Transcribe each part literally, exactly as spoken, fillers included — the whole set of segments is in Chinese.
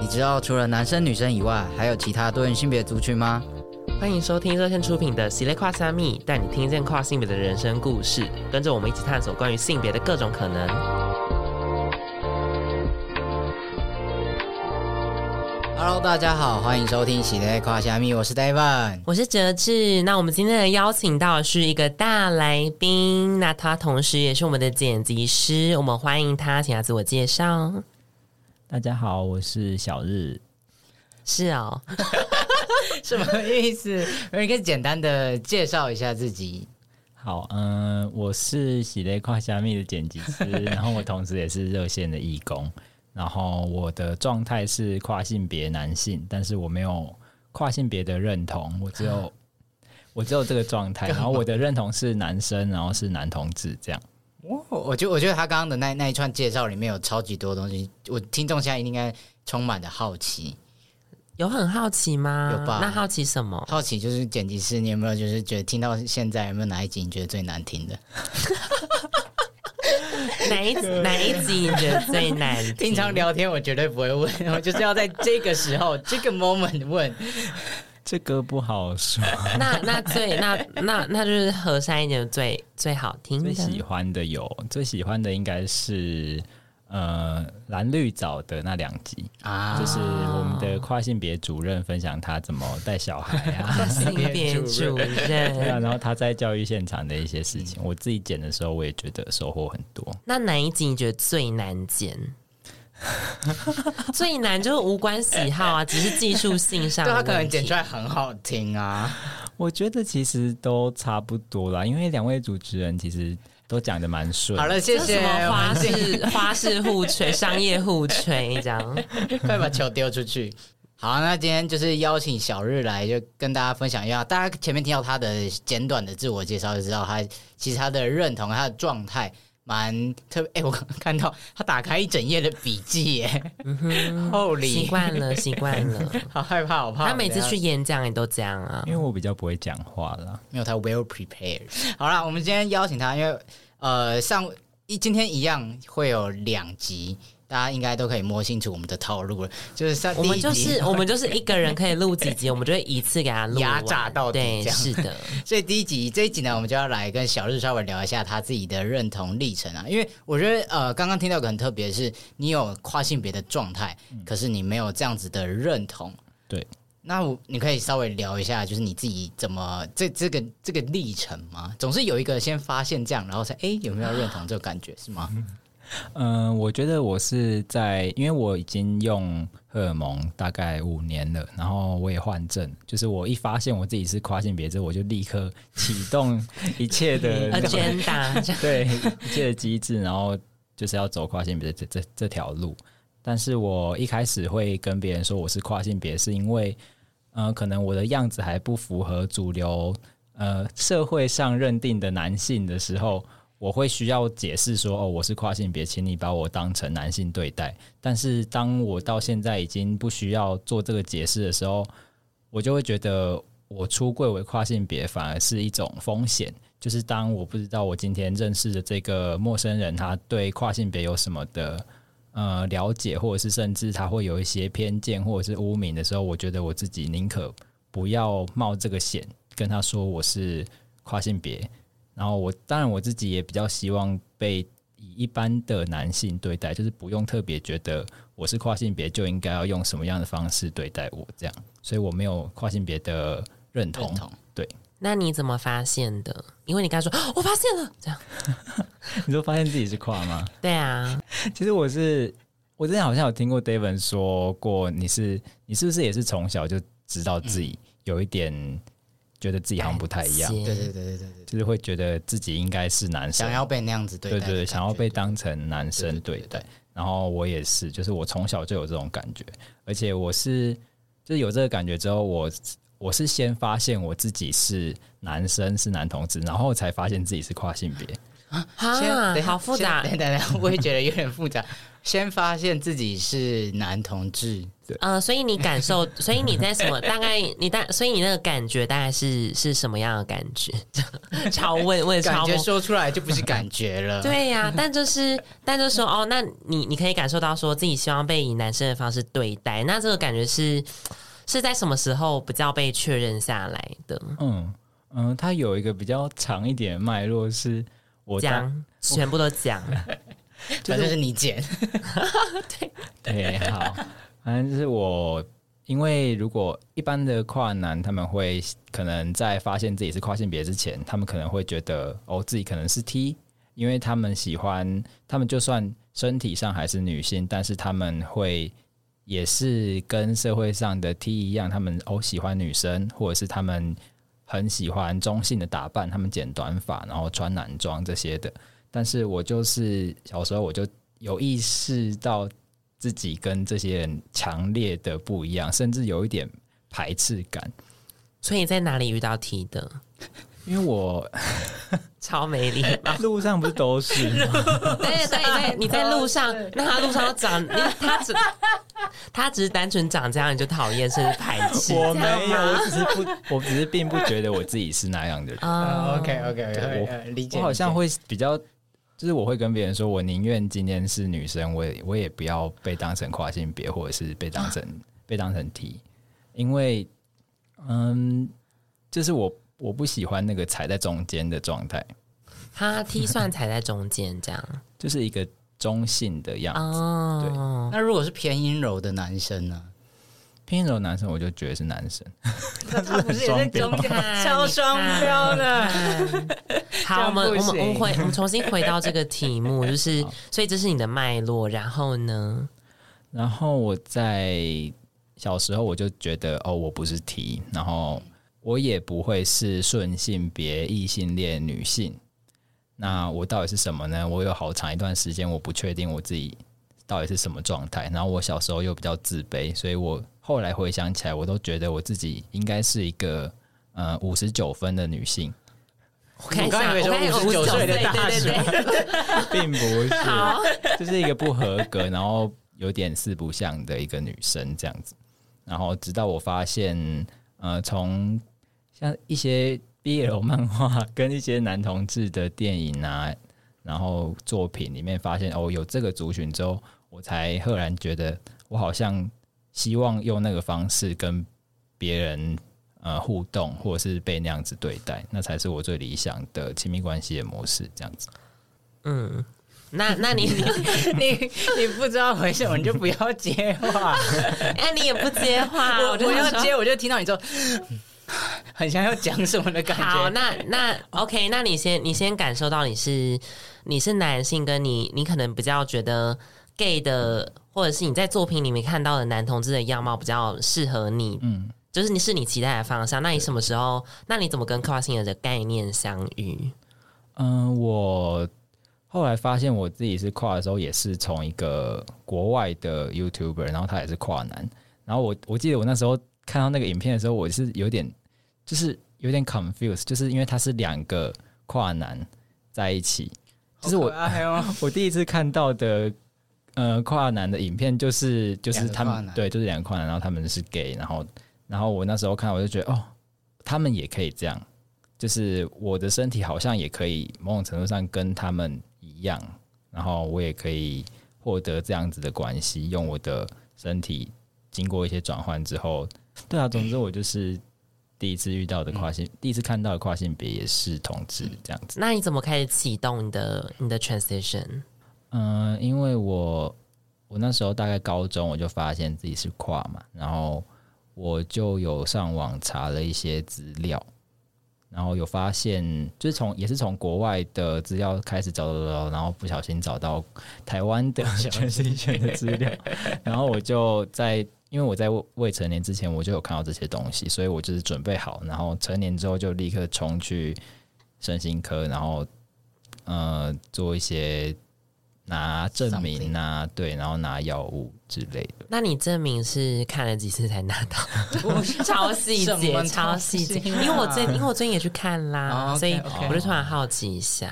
知道除了男生女生以外，还有其他多元性别族群吗？ 欢迎收听热线出品的《喜类跨虾米》，带你听见跨性别的人生故事，跟着我们一起探索关于性别的各种可能。 Hello， 大家好，欢迎收听《喜类跨虾米》，我是 David， 我是哲志。那我们今天的邀请到的是一个大来宾，那他同时也是我们的剪辑师，我们欢迎他，请他自我介绍。 大家好，我是小日。 是哦。 什么意思？你可以简单的介绍一下自己。 好，嗯、呃，我是喜类跨虾米的剪辑师，然后我同时也是热线的义工。然后我的状态是跨性别男性，但是我没有跨性别的认同，我只有我只有这个状态。然后我的认同是男生，然后是男同志这样。 哦，我觉得我觉得他刚刚的那那一串介绍里面有超级多东西，我听众现在应该充满了好奇。 有很好奇吗？ 有吧？ 那好奇什么？ 好奇就是剪辑师，你有没有就是觉得听到现在有没有哪一集你觉得最难听的？ 哪一哪一集你觉得最难听？ 平常聊天我绝对不会问，我就是要在这个时候这个 moment 问。 这个不好说。 那那最那那那就是和善一点最最好听的。 最喜欢的有，最喜欢的应该是呃蓝绿藻的那两集啊，就是我们的跨性别主任分享他怎么带小孩啊， 跨性别主任对啊，然后他在教育现场的一些事情，我自己剪的时候我也觉得收获很多。 那哪一集你觉得最难剪？最难就是无关喜好啊，只是技术性上的问题。 对，他可能剪出来很好听啊。 我觉得其实都差不多啦，因为两位主持人其实都讲得蛮顺。 好了，谢谢。 什么花式花式互吹、商业互吹这样， 快把球丢出去。好，那今天就是邀请小日来，就跟大家分享一下。大家前面听到他的简短的自我介绍，就知道他其实他的认同、他的状态蛮特别。哎、欸，我看到他打开一整页的笔记耶，嗯哼，后里习惯了，习惯了， 好害怕，好怕。 他每次去演讲也都这样啊， 因为我比较不会讲话啦， 没有他 well prepared。好啦，我们今天邀请他，因为呃上一今天一样会有两集。大家应该都可以摸清楚我们的套路了，就是上第一集我们就是我们就是一个人可以录几集，我们就会一次给他录压榨到底这样。 对，是的。 所以第一集这一集呢，我们就要来跟小日稍微聊一下他自己的认同历程啊。因为我觉得呃，刚刚听到个很特别的是，你有跨性别的状态，嗯，可是你没有这样子的认同。 对。 那我你可以稍微聊一下，就是你自己怎么这这个这个历程吗？总是有一个先发现这样，然后才哎有没有认同这个感觉是吗？ 嗯、呃，我觉得我是在，因为我已经用荷尔蒙大概五年了，然后我也换证，就是我一发现我自己是跨性别之后，我就立刻启动一切的 agenda， 对一切的机制，然后就是要走跨性别的这这这条路。但是我一开始会跟别人说我是跨性别，是因为呃，可能我的样子还不符合主流呃社会上认定的男性的时候。我会需要解释说，哦，我是跨性别，请你把我当成男性对待。但是当我到现在已经不需要做这个解释的时候，我就会觉得我出柜为跨性别反而是一种风险。就是当我不知道我今天认识的这个陌生人，他对跨性别有什么的呃了解，或者是甚至他会有一些偏见或者是污名的时候，我觉得我自己宁可不要冒这个险，跟他说我是跨性别。然后我当然我自己也比较希望被以一般的男性对待，就是不用特别觉得我是跨性别就应该要用什么样的方式对待我这样，所以我没有跨性别的认同。 认同对， 那你怎么发现的？因为你刚才说我发现了这样， 你说发现自己是跨吗？ 对啊， 其实我是我之前好像有听过 David 说过，你是你是不是也是从小就知道自己有一点。觉得自己好像不太一样， 对对对对对， 就是会觉得自己应该是男生， 想要被那样子对待， 对对对，想要被当成男生对待。对对对对，然后我也是，就是我从小就有这种感觉，而且我是就是有这个感觉之后，我我是先发现我自己是男生是男同志，然后才发现自己是跨性别。 啊，好复杂。 等等等，我也觉得有点复杂。先发现自己是男同志， 呃，所以你感受，所以你在什么？大概你大，所以你那个感觉大概是是什么样的感觉？超问问超感觉说出来就不是感觉了。 对呀、啊，但就是但就是说哦，那你你可以感受到说自己希望被以男生的方式对待，那这个感觉是是在什么时候比较被确认下来的？ 嗯嗯，它有一个比较长一点的脉络，是我讲全部都讲。 反正是你剪， 对对，好，反正就是我，因为如果一般的跨男，他们会可能在发现自己是跨性别之前，他们可能会觉得哦，自己可能是 T， 因为他们喜欢，他们就算身体上还是女性，但是他们会也是跟社会上的 T 一样，他们哦喜欢女生，或者是他们很喜欢中性的打扮，他们剪短发，然后穿男装这些的。但是我就是小时候我就有意识到自己跟这些人强烈的不一样，甚至有一点排斥感。 所以在哪里遇到 T 的？ 因为我超没礼貌， 路上不是都是吗？ 对对对，你在路上，那他路上长，你他只他只是单纯长这样，你就讨厌甚至排斥？ 我没有，我只是不，我只是并不觉得我自己是那样的人。 uh, OK OK OK， 我理解。 我好像会比较，就是我会跟别人说，我宁愿今天是女生，我也我也不要被当成跨性别，或者是被当成、啊、被当成 T， 因为嗯，就是我。我不喜欢那个踩在中间的状态， 他 T 算踩在中间，这样就是一个中性的样子。 哦、 对， 那如果是偏阴柔的男生呢？ 偏阴柔的男生，我就觉得是男生。 那他不是也在中间超双标的？ 好，我们我们我们回我们重新回到这个题目，就是所以这是你的脉络，然后呢？ 然后我在小时候我就觉得哦，我不是 T， 然后。我也不会是顺性别异性恋女性，那我到底是什么呢？我有好长一段时间我不确定我自己到底是什么状态，然后我小时候又比较自卑，所以我后来回想起来，我都觉得我自己应该是一个呃五十九分的女性。 我看一下，我看五十九岁的大叔， 并不是，就是一个不合格，然后有点四不像的一个女生这样子。然后直到我发现，呃，从像一些 B L 漫画跟一些男同志的电影啊，然后作品里面发现哦有这个族群之后，我才赫然觉得我好像希望用那个方式跟别人呃互动，或者是被那样子对待，那才是我最理想的亲密关系的模式。这样子， 嗯，那那你你你不知道回什么，你就不要接话。 哎，你也不接话， 我我要接，我就听到你说。很像要讲什么的感觉。 好，那那 OK， 那你先你先感受到你是你是男性，跟你你可能比较觉得 gay 的，或者是你在作品里面看到的男同志的样貌比较适合你，嗯，就是你是你期待的方向。那你什么时候？那你怎么跟跨性的概念相遇？ 嗯，我后来发现我自己是跨的时候，也是从一个国外的 YouTuber， 然后他也是跨男，然后我我记得我那时候看到那个影片的时候，我是有点。就是有点 confused， 就是因为他是两个跨男在一起，就是我、哦、我第一次看到的呃跨男的影片，就是就是他们对，就是两个跨男，然后他们是 gay， 然后然后我那时候看我就觉得哦，他们也可以这样，就是我的身体好像也可以某种程度上跟他们一样，然后我也可以获得这样子的关系，用我的身体经过一些转换之后，对啊，总之我就是。第一次遇到的跨性、嗯，第一次看到的跨性别也是同志这样子。 那你怎么开始启动你的你的 transition？ 嗯、呃，因为我我那时候大概高中我就发现自己是跨嘛，然后我就有上网查了一些资料，然后有发现就是从也是从国外的资料开始找找找，然后不小心找到台湾的 transition 的资料，然后我就在。因为我在未成年之前我就有看到这些东西，所以我就是准备好，然后成年之后就立刻冲去身心科，然后呃做一些拿证明啊，对，然后拿药物之类的。 那你证明是看了几次才拿到？超细节，超细节。因为我最因为我最近也去看啦， oh, okay, 所以我就突然好奇一下。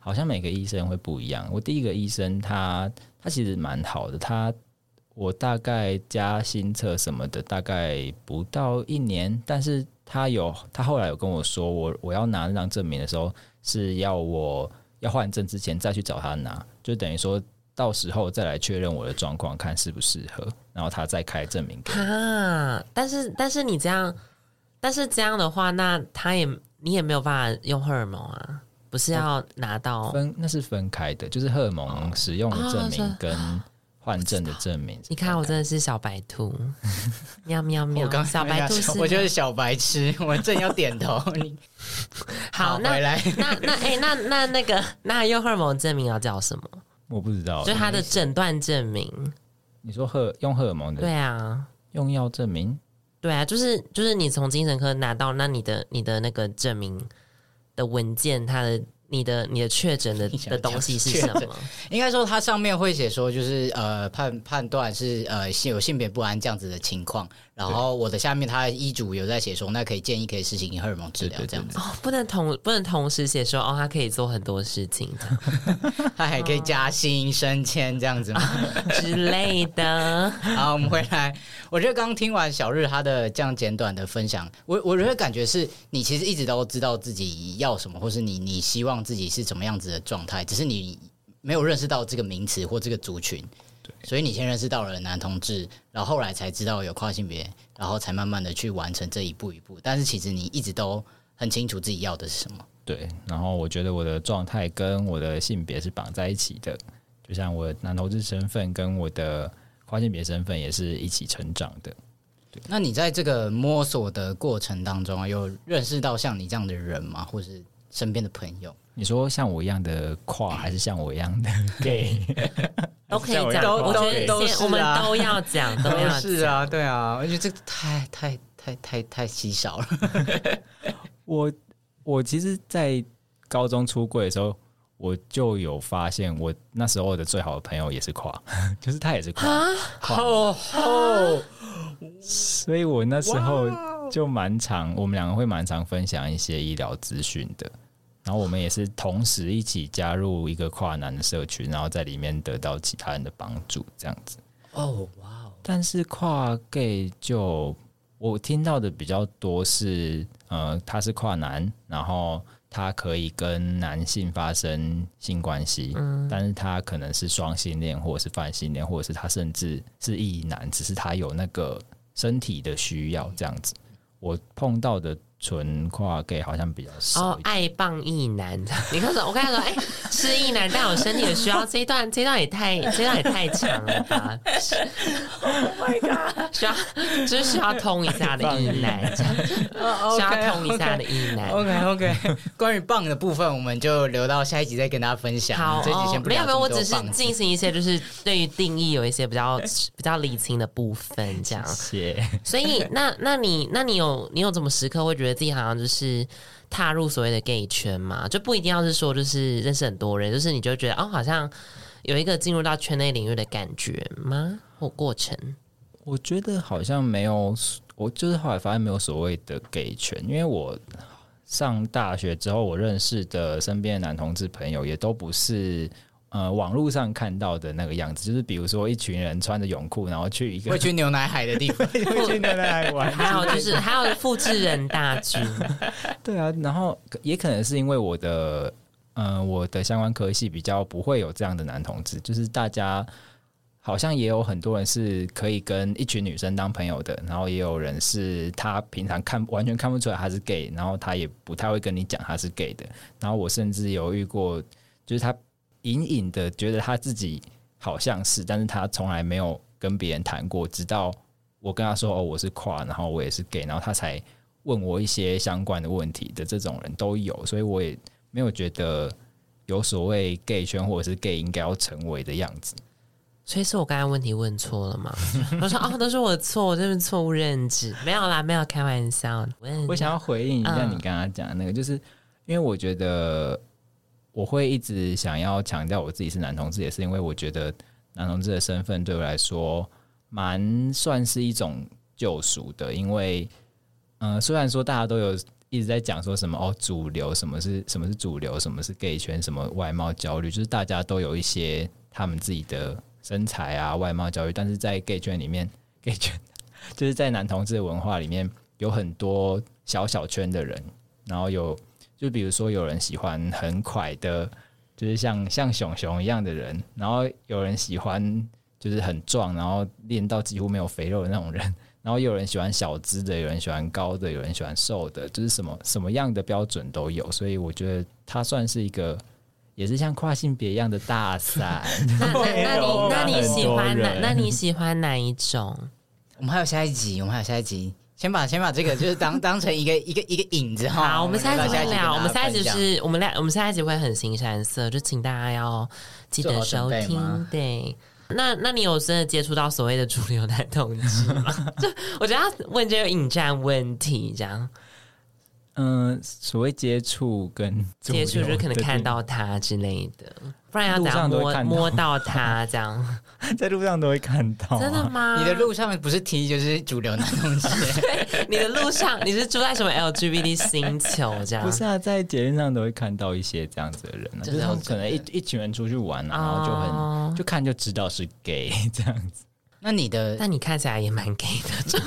好像每个医生会不一样。我第一个医生他他其实蛮好的，他我大概加心测什么的大概不到一年，但是他有他后来有跟我说，我我要拿那张证明的时候是要我要换证之前再去找他拿，就等于说到时候再来确认我的状况，看适不适合，然后他再开证明给我。 啊，但是但是你这样，但是这样的话，那他也你也没有办法用荷尔蒙啊。不是要拿到分，那是分开的，就是荷尔蒙使用的证明跟换证的证明。 你看，我真的是小白兔，喵喵喵！ 我刚小白兔是， 我就是小白痴，我正要点头。你好，那回来， 那那哎、欸，那那那个那用荷尔蒙证明要叫什么？ 我不知道， 就是他的诊断证明。 你说荷用荷尔蒙的？ 对啊， 用药证明。 对啊，就是就是你从精神科拿到，那你的你的那个证明的文件，它的你的你的确诊的的东西是什么？ 应该说它上面会写说，就是呃判判断是呃有性别不安这样子的情况，然后我的下面它医嘱有在写说，那可以建议可以实行荷尔蒙治疗这样子。 哦，不能同不能同时写说哦，他可以做很多事情的， 他还可以加薪升迁这样子吗之类的。 好，我们回来。我觉得刚听完小日他的这样简短的分享，我我觉得感觉是你其实一直都知道自己要什么，或是你你希望自己是怎么样子的状态，只是你没有认识到这个名词或这个族群，所以你先认识到了男同志，然后后来才知道有跨性别，然后才慢慢的去完成这一步一步。但是其实你一直都很清楚自己要的是什么。 对，然后我觉得我的状态跟我的性别是绑在一起的，就像我的男同志身份跟我的跨性别身份也是一起成长的。 那你在这个摸索的过程当中，有认识到像你这样的人吗？或是身边的朋友？ 你说像我一样的跨，还是像我一样的 gay？ 都可以讲，我觉得先我们都要讲，都要讲。 是啊，对啊，我觉得这个太太太太太稀少了。 我我其实，在高中出柜的时候，我就有发现，我那时候的最好的朋友也是跨，就是他也是跨，跨哦哦， 所以我那时候就蛮常，我们两个会蛮常分享一些医疗资讯的。然后我们也是同时一起加入一个跨男的社群，然后在里面得到其他人的帮助，这样子。 哦，哇哦！ 但是跨 gay 就我听到的比较多是，呃，他是跨男，然后他可以跟男性发生性关系，嗯，但是他可能是双性恋，或者是泛性恋，或者是他甚至是异男，只是他有那个身体的需要这样子。我碰到的纯跨 gay 好像比较少哦，爱棒异男，你看我刚才说，哎、欸，是异男，但有身体的需要，这一段这一段也太这一段也太长了吧 ？Oh my god！ 需要就是需要通一下的异男，需要通一下的异男。 OK OK， 关于棒的部分，我们就留到下一集再跟大家分享。 好， 这集先不没有没有，我只是棒进行一些就是对于定义有一些比较比较理清的部分，这样。 谢谢。 所以那那你那你有你有怎么时刻会觉得自己好像就是踏入所谓的 gay 圈嘛？就不一定要是说就是认识很多人，就是你就觉得哦，好像有一个进入到圈内领域的感觉吗？或过程？ 我觉得好像没有，我就是后来发现没有所谓的 gay 圈，因为我上大学之后，我认识的身边的男同志朋友也都不是呃网络上看到的那个样子，就是比如说一群人穿着泳裤，然后去一个会去牛奶海的地方， 会去牛奶海玩， 还有就是还有复制人大军， 对啊，然后也可能是因为我的呃我的相关科系比较不会有这样的男同志，就是大家。好像也有很多人是可以跟一群女生当朋友的，然后也有人是他平常看完全看不出来他是 gay， 然后他也不太会跟你讲他是 gay 的。然后我甚至有遇过，就是他隐隐的觉得他自己好像是，但是他从来没有跟别人谈过，直到我跟他说哦我是跨，然后我也是 gay， 然后他才问我一些相关的问题的，这种人都有，所以我也没有觉得有所谓 gay 圈或者是 gay 应该要成为的样子。 所以是我刚才问题问错了吗？我说哦，都是我的错，我这是错误认知，没有啦，没有开玩笑。 我想要回应一下你刚刚讲的那个，嗯、就是因为我觉得我会一直想要强调我自己是男同志，也是因为我觉得男同志的身份对我来说蛮算是一种救赎的，因为嗯、呃，虽然说大家都有一一直在讲说什么哦，主流什么是什么是主流，什么是 gay 圈，什么外貌焦虑，就是大家都有一些他们自己的身材啊、外貌焦虑，但是在 gay 圈里面 ，gay 圈就是在男同志的文化里面有很多小小圈的人，然后有就比如说有人喜欢很快的，就是像像熊熊一样的人，然后有人喜欢就是很壮，然后练到几乎没有肥肉的那种人。然后有人喜欢小只的，有人喜欢高的，有人喜欢瘦的，就是什么什么样的标准都有，所以我觉得它算是一个，也是像跨性别一样的大赛。 那那那你那你喜欢哪？那你喜欢哪一种？ 我们还有下一集，我们还有下一集，先把先把这个就是当当成一个一个一个引子哈。 好，我们下一集会聊，我们下一集是是我们俩，我们下一集会很新山色，就请大家要记得收听，对。那那你有真的接触到所谓的主流男同志吗？就我觉得要问这个引战问题，这样。 嗯，所谓接触跟接触，就可能看到他之类的，不然要怎样摸摸到他这样？ 在路上都会看到、啊， 真的吗？ 你的路上不是 T 就是主流男同志， 对，你的路上你是住在什么 L G B T 星球这样？ 不是啊，在捷运上都会看到一些这样子的人、啊，就是他们可能一一群人出去玩、啊，然后就很、哦、就看就知道是 gay 这样子。 那你的， 那你看起来也蛮 gay 的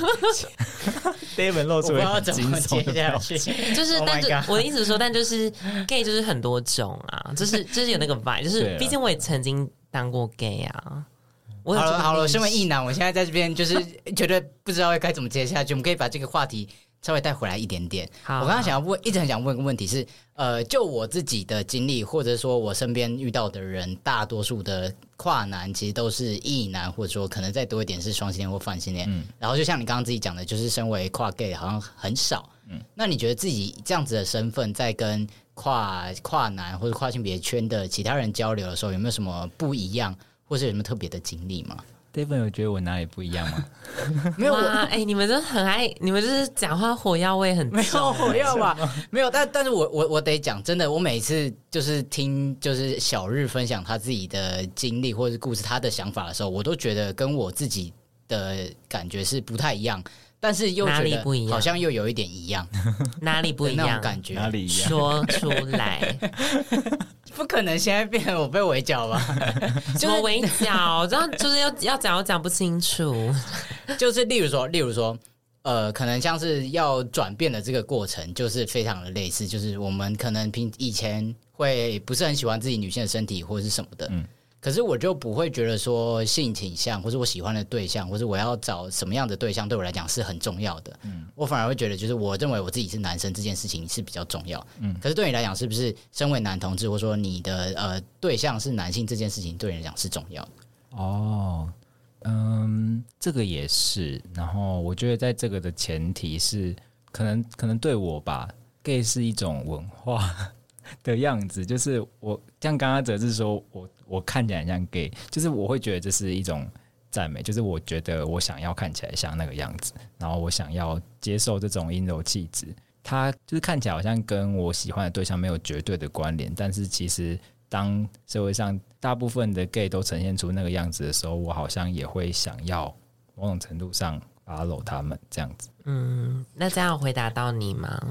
，David 露出很惊悚的表情， 就是， oh、 但就我的意思是说，但就是 gay 就是很多种啊，就是就是有那个 vibe， 就是毕竟我也曾经当过 gay 啊。 好了好了，身为异男，我现在在这边就是觉得不知道该怎么接下去，我们可以把这个话题稍微带回来一点点。我刚刚想要问，一直很想问个问题是，呃，就我自己的经历，或者说我身边遇到的人，大多数的跨男其实都是异男，或者说可能再多一点是双性恋或泛性恋。嗯，然后就像你刚刚自己讲的，就是身为跨 gay 好像很少。嗯，那你觉得自己这样子的身份，在跟跨跨男或者跨性别圈的其他人交流的时候，有没有什么不一样？或是有什么特别的经历吗 ？David 有觉得我哪里不一样吗？ 没有啊，哎、欸，你们都很爱，你们就是讲话火药味很重， 没有火药吧？没有，但但是我我我得讲，真的，我每次就是听就是小日分享他自己的经历或者是故事，他的想法的时候，我都觉得跟我自己的感觉是不太一样。但是又觉得好像又有一点一样， 哪里不一样？ 那种感觉哪里一样？ 说出来， 不可能现在变成我被围剿吧？ 什么围剿？这样就是要要讲，我讲不清楚。 就是例如说，例如说，呃，可能像是要转变的这个过程，就是非常的类似，就是我们可能平以前会不是很喜欢自己女性的身体或者是什么的，嗯。可是我就不会觉得说性倾向或是我喜欢的对象或是我要找什么样的对象对我来讲是很重要的、嗯、我反而会觉得就是我认为我自己是男生这件事情是比较重要、嗯、可是对你来讲是不是身为男同志或者说你的呃对象是男性这件事情对你来讲是重要的？ 哦，嗯，这个也是。然后我觉得在这个的前提是可能可能对我吧 gay 是一种文化的样子，就是我像刚刚哲志说我我看起来很像 gay， 就是我会觉得这是一种赞美，就是我觉得我想要看起来像那个样子，然后我想要接受这种阴柔气质，它就是看起来好像跟我喜欢的对象没有绝对的关联，但是其实当社会上大部分的 gay 都呈现出那个样子的时候，我好像也会想要某种程度上follow他们这样子。 嗯，那这样回答到你吗？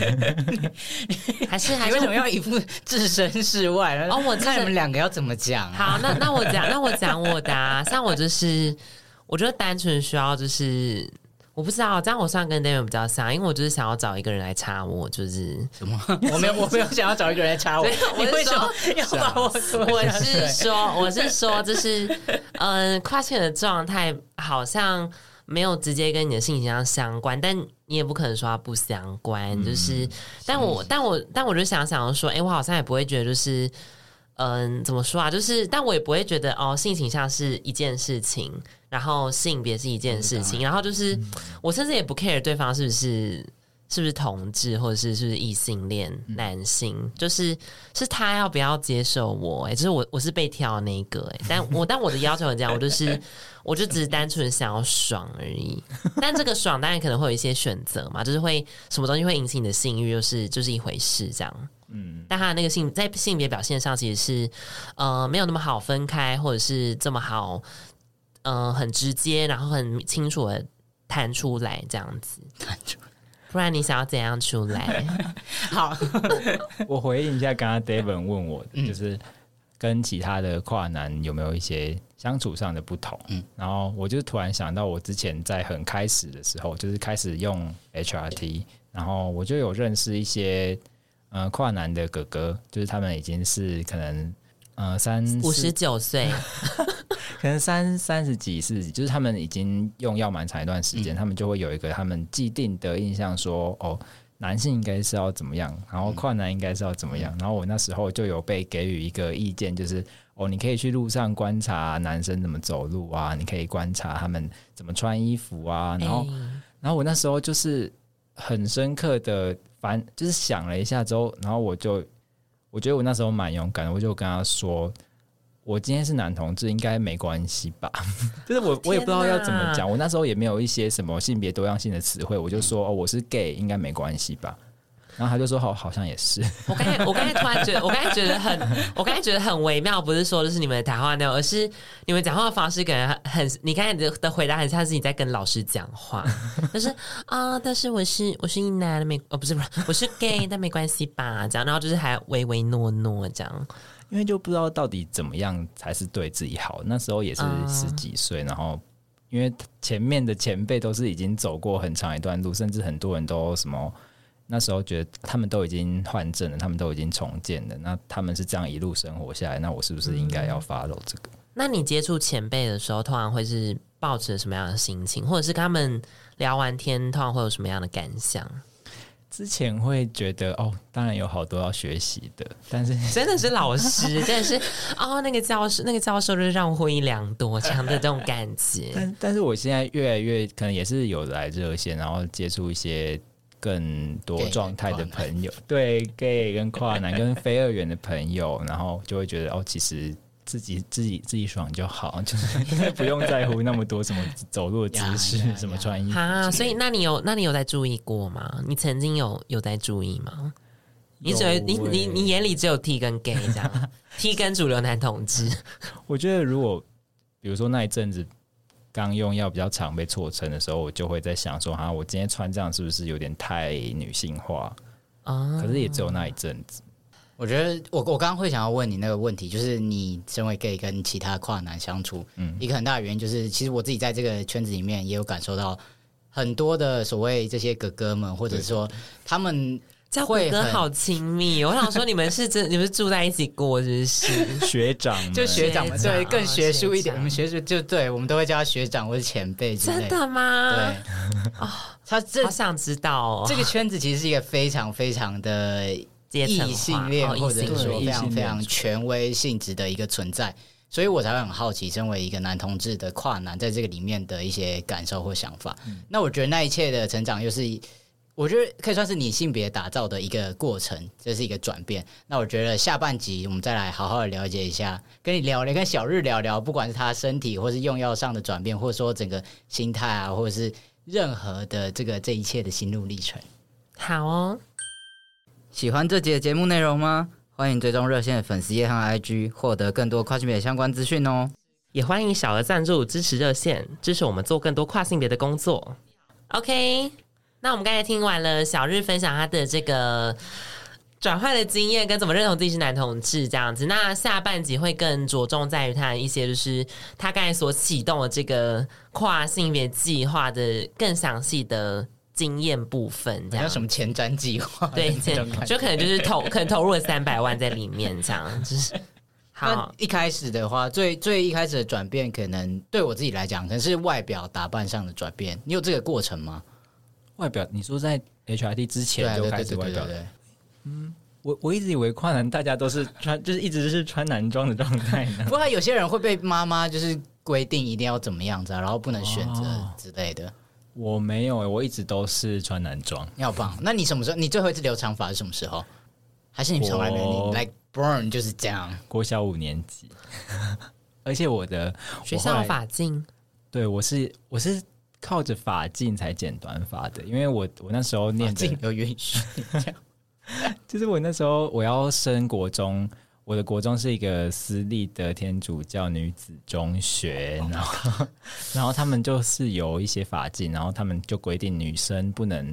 还是还是你为什么要一副置身事外？ 哦，我看你们两个要怎么讲、 啊。好，那那我讲，那我讲我的、啊。像我就是，我觉得单纯需要就是，我不知道，这样我算跟 David 比较像，因为我就是想要找一个人来插我，就是什么？我没有，我没有想要找一个人来插我。你为什么要把我说？ 我是说，我是说，就是嗯、呃，跨性的状态好像没有直接跟你的性倾向相关，但你也不可能说它不相关。嗯、就是，但我但我但我就想想说，哎、欸，我好像也不会觉得就是，嗯、呃，怎么说啊？就是，但我也不会觉得哦，性倾向是一件事情，然后性别是一件事情，然后就是、嗯、我甚至也不 care 对方是不是是不是同志，或者是是不是异性恋男性，嗯、就是是他要不要接受我、欸？哎，就是我我是被挑的那一个、欸，哎，但我但我的要求很这样，我就是我就只是单纯想要爽而已。但这个爽当然可能会有一些选择嘛，就是会什么东西会引起你的性欲，就是就是一回事这样。嗯，但他的那个性在性别表现上其实是呃没有那么好分开，或者是这么好，呃很直接，然后很清楚的弹出来这样子。 弹出来。 不然你想要怎样出来？ 好， 我回应一下刚刚 David 问我的， 嗯就是跟其他的跨男有没有一些相处上的不同？嗯，然后我就突然想到，我之前在很开始的时候，就是开始用 H R T， 然后我就有认识一些呃跨男的哥哥，就是他们已经是可能呃三五十九岁， 可能三三十几四十，就是他们已经用药蛮长一段时间，嗯、他们就会有一个他们既定的印象说，哦，男性应该是要怎么样，然后跨男应该是要怎么样。嗯、然后我那时候就有被给予一个意见，就是哦，你可以去路上观察男生怎么走路啊，你可以观察他们怎么穿衣服啊。然后，欸、然后我那时候就是很深刻的反，就是想了一下之后，然后我就我觉得我那时候蛮勇敢的，我就跟他说。我今天是男同志，应该没关系吧？就是我，我也不知道要怎么讲。我那时候也没有一些什么性别多样性的词汇，我就说哦，我是 gay， 应该没关系吧？然后他就说好，好像也是。 我刚才，我刚才突然觉得，我刚才觉得很，我刚才觉得很微妙，不是说就是你们的谈话内容，而是你们讲话的方式，感觉很，你刚才的回答很像是你在跟老师讲话，就是啊，但是我是我是一男，没哦不是不是，我是 gay， 但没关系吧？这样，然后就是还唯唯诺诺这样。 因为就不知道到底怎么样才是对自己好，那时候也是十几岁，然后因为前面的前辈都是已经走过很长一段路，甚至很多人都什么，那时候觉得他们都已经换证了，他们都已经重建了，那他们是这样一路生活下来，那我是不是应该要 follow 这个？嗯、 那你接触前辈的时候，通常会是抱持什么样的心情，或者是跟他们聊完天，通常会有什么样的感想？ 之前会觉得哦，当然有好多要学习的，但是真的是老师，真的是哦，那个教授，那个教授就是让我获益良多，这样的这种感觉。 但但是我现在越来越可能也是有来热线，然后接触一些更多状态的朋友，对 gay 跟跨男跟非二元的朋友，然后就会觉得哦，其实。自己自己自己爽就好，就是不用在乎那么多什么走路的姿势，什么穿衣服啊。 所以，那你有那你有在注意过吗？你曾经有有在注意吗？你只你你你眼里只有 T 跟 gay 这样，T 跟主流男同志。 我觉得如果比如说那一阵子刚用药比较常被错称的时候，我就会在想说，哈，我今天穿这样是不是有点太女性化？啊，可是也只有那一阵子。 我觉得我我刚刚会想要问你那个问题，就是你身为 gay 跟其他跨男相处，嗯，一个很大的原因就是，其实我自己在这个圈子里面也有感受到很多的所谓这些哥哥们，或者说他们叫哥哥好亲密。我想说，你们是真你们是住在一起过，是不是？ 学长们就学长们，对，更学术一点，我们学术就对，我们都会叫他学长或是前辈之类的。 真的吗？ 对，哦，他这好想知道哦。 这个圈子其实是一个非常非常的。异性恋或者是说非常非常权威性质的一个存在，所以我才会很好奇，身为一个男同志的跨男，在这个里面的一些感受或想法。嗯、那我觉得那一切的成长，又是我觉得可以算是你性别打造的一个过程，这是一个转变。那我觉得下半集我们再来好好的了解一下，跟你聊聊，跟小日聊聊，不管是他身体或是用药上的转变，或者说整个心态啊，或者是任何的这个这一切的心路历程。 好哦。 喜欢这集的节目内容吗？欢迎追踪热线的粉丝页和 I G， 获得更多跨性别相关资讯哦。 也欢迎小额赞助支持热线，支持我们做更多跨性别的工作。OK， 那我们刚才听完了小日分享他的这个转换的经验，跟怎么认同自己是男同志这样子。那下半集会更着重在于他一些就是他刚才所启动的这个跨性别计划的更详细的。经验部分，这样什么前瞻计划？ 对，就可能就是投，可能投入了三百万在里面，这样就是好。一开始的话，最最一开始的转变，可能对我自己来讲，可能是外表打扮上的转变。你有这个过程吗？ 外表，你说在 H R T 之前就开始外表？嗯，我我一直以为跨男大家都是穿，就是一直是穿男装的状态呢。 不过有些人会被妈妈就是规定一定要怎么样子、啊，然后不能选择之类的。哦我没有、欸，我一直都是穿男装。 你好棒！那你什么时候？你最后一次留长发是什么时候？还是你从来没有？你 like born 就是这样？ 国小五年级，而且我的学校发镜， 对我是我是靠着发镜才剪短发的，因为我我那时候念的有允许， 就是我那时候我要升国中。我的国中是一个私立的天主教女子中学，然后然后他们就是有一些法禁，然后他们就规定女生不能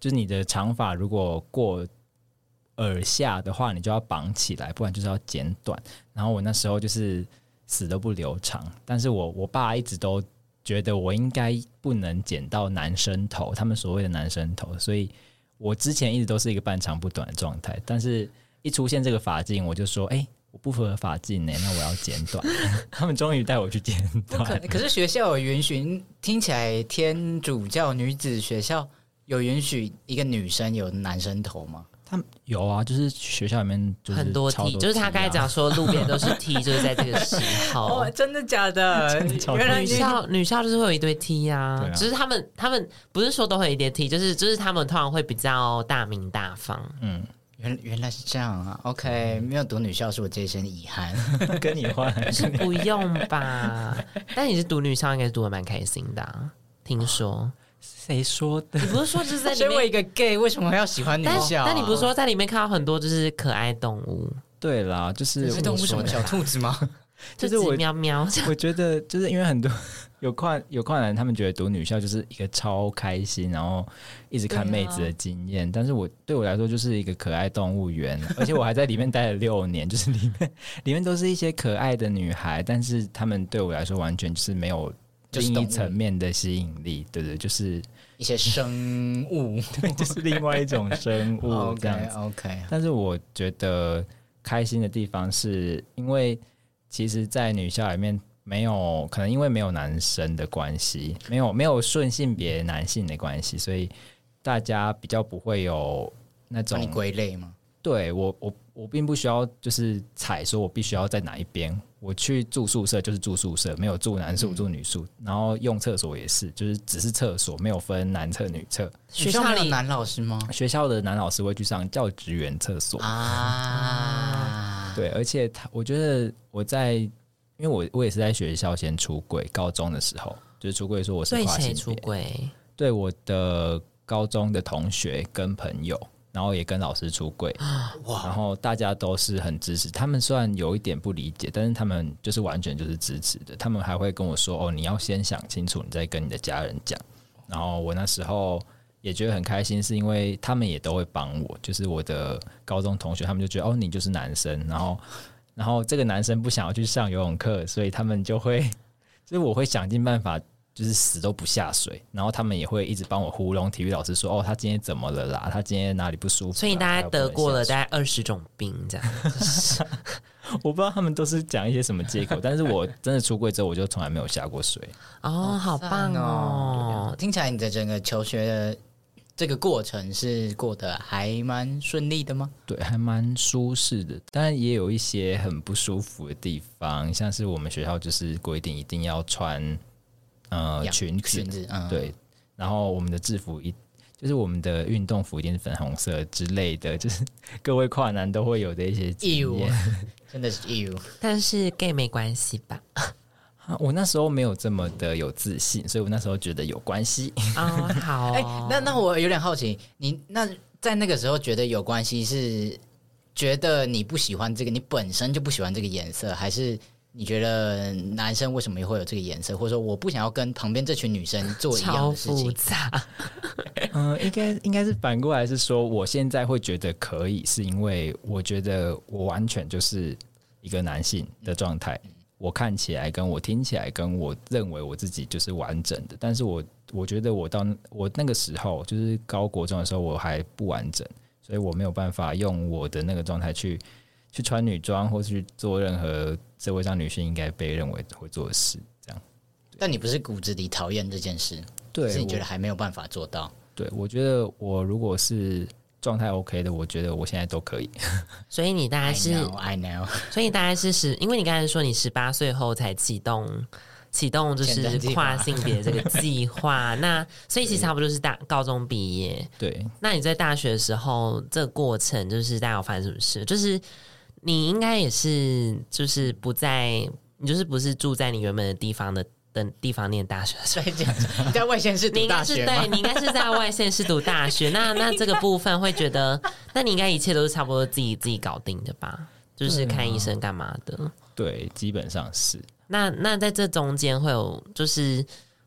就是你的长发如果过耳下的话，你就要绑起来，不然就是要剪短。然后我那时候就是死都不留长，但是我我爸一直都觉得我应该不能剪到男生头，他们所谓的男生头，所以我之前一直都是一个半长不短的状态。但是一出现这个发镜，我就说，哎、欸，我不符合发镜呢，那我要剪短。他们终于带我去剪短。 可, 可是学校有允许，听起来天主教女子学校有允许一个女生有男生头吗？ 他们有啊，就是学校里面就是很多 T， 就是他刚才讲说路边都是 T， 就是在这个时候。 哦，真的假的？ 原来女校女校就是会有一堆 T 啊，只、啊就是他们他们不是说都会有一堆 T， 就是就是他们通常会比较大名大方。 嗯，原原来是这样啊。OK， 没有读女校是我这一生遗憾。 跟你换是不用吧？但你是读女校，应该是读的蛮开心的、啊，听说。 谁说的？ 你不是说就是在里面？ 身为一个 gay， 为什么要喜欢女校、啊但？但你不是说在里面看到很多就是可爱动物？ 对啦，就是是动物什么小兔子吗？ 就是我喵喵。 我觉得就是因为很多有跨有跨男，他们觉得读女校就是一个超开心，然后一直看妹子的经验。啊、但是我对我来说就是一个可爱动物园，而且我还在里面待了六年，就是里面里面都是一些可爱的女孩，但是他们对我来说完全就是没有。另一层面的吸引力，对对，就是一些生物， 对，就是另外一种生物这样子。 OK，, okay. 但是我觉得开心的地方是因为，其实，在女校里面没有可能因为没有男生的关系，没有没有顺性别男性的关系，所以大家比较不会有那种把你归类吗？ 对我我我并不需要就是踩说我必须要在哪一边。我去住宿舍就是住宿舍，没有住男宿、嗯、住女宿，然后用厕所也是，就是只是厕所，没有分男厕女厕。 学校里有男老师吗？ 学校的男老师会去上教职员厕所啊。对，而且他，我觉得我在，因为我我也是在学校先出柜，高中的时候就是出柜说我是跨性别。 对谁出柜？ 对我的高中的同学跟朋友。然后也跟老师出柜，然后大家都是很支持。他们虽然有一点不理解，但是他们就是完全就是支持的。他们还会跟我说：“哦，你要先想清楚，你再跟你的家人讲。”然后我那时候也觉得很开心，是因为他们也都会帮我。就是我的高中同学，他们就觉得：“哦，你就是男生。”然后，然后这个男生不想要去上游泳课，所以他们就会，就是我会想尽办法。就是死都不下水，然后他们也会一直帮我糊弄体育老师说：“哦，他今天怎么了啦？他今天哪里不舒服？” 所以大概得过了大概二十种病这样。 我不知道他们都是讲一些什么借口，但是我真的出柜之后，我就从来没有下过水。 哦，好棒哦！ 听起来你的整个求学的这个过程是过得还蛮顺利的吗？ 对，还蛮舒适的，当然也有一些很不舒服的地方，像是我们学校就是规定一定要穿。呃，裙子， 裙子嗯、 对，然后我们的制服一就是我们的运动服一定是粉红色之类的，就是各位跨男都会有的一些经验， 真的是 you， 但是 gay 没关系吧？ 我那时候没有这么的有自信，所以我那时候觉得有关系。 哦，好哦， 哎、欸，那那我有点好奇，你那在那个时候觉得有关系，是觉得你不喜欢这个，你本身就不喜欢这个颜色，还是？你觉得男生为什么会有这个颜色，或者说我不想要跟旁边这群女生做一样的事情？ 超复杂。 嗯、呃，应该应该是反过来是说，我现在会觉得可以，是因为我觉得我完全就是一个男性的状态，嗯、我看起来跟我听起来跟我认为我自己就是完整的，但是我我觉得我到我那个时候就是高国中的时候我还不完整，所以我没有办法用我的那个状态去。去穿女装或去做任何社会上女性应该被认为会做的事，这样。 但你不是骨子里讨厌这件事， 对， 是你觉得还没有办法做到。 对，我觉得我如果是状态 OK 的，我觉得我现在都可以。 所以你大概是 I know, I know 所以你大概是十，因为你刚才说你十八岁后才启动启动就是跨性别这个计划，那所以其实差不多就是大高中毕业。 对， 那你在大学的时候，这个过程就是大家有发生什么事？就是你应该也是就是不在，你就是不是住在你原本的地方的。的地方念大学， 所以你在外县市读大学吗？ 对，你应该是在外县市读大学。那那这个部分会觉得，那你应该一切都是差不多自己自己搞定的吧？就是看医生干嘛的？ 对，基本上是。 那那在这中间会有，就是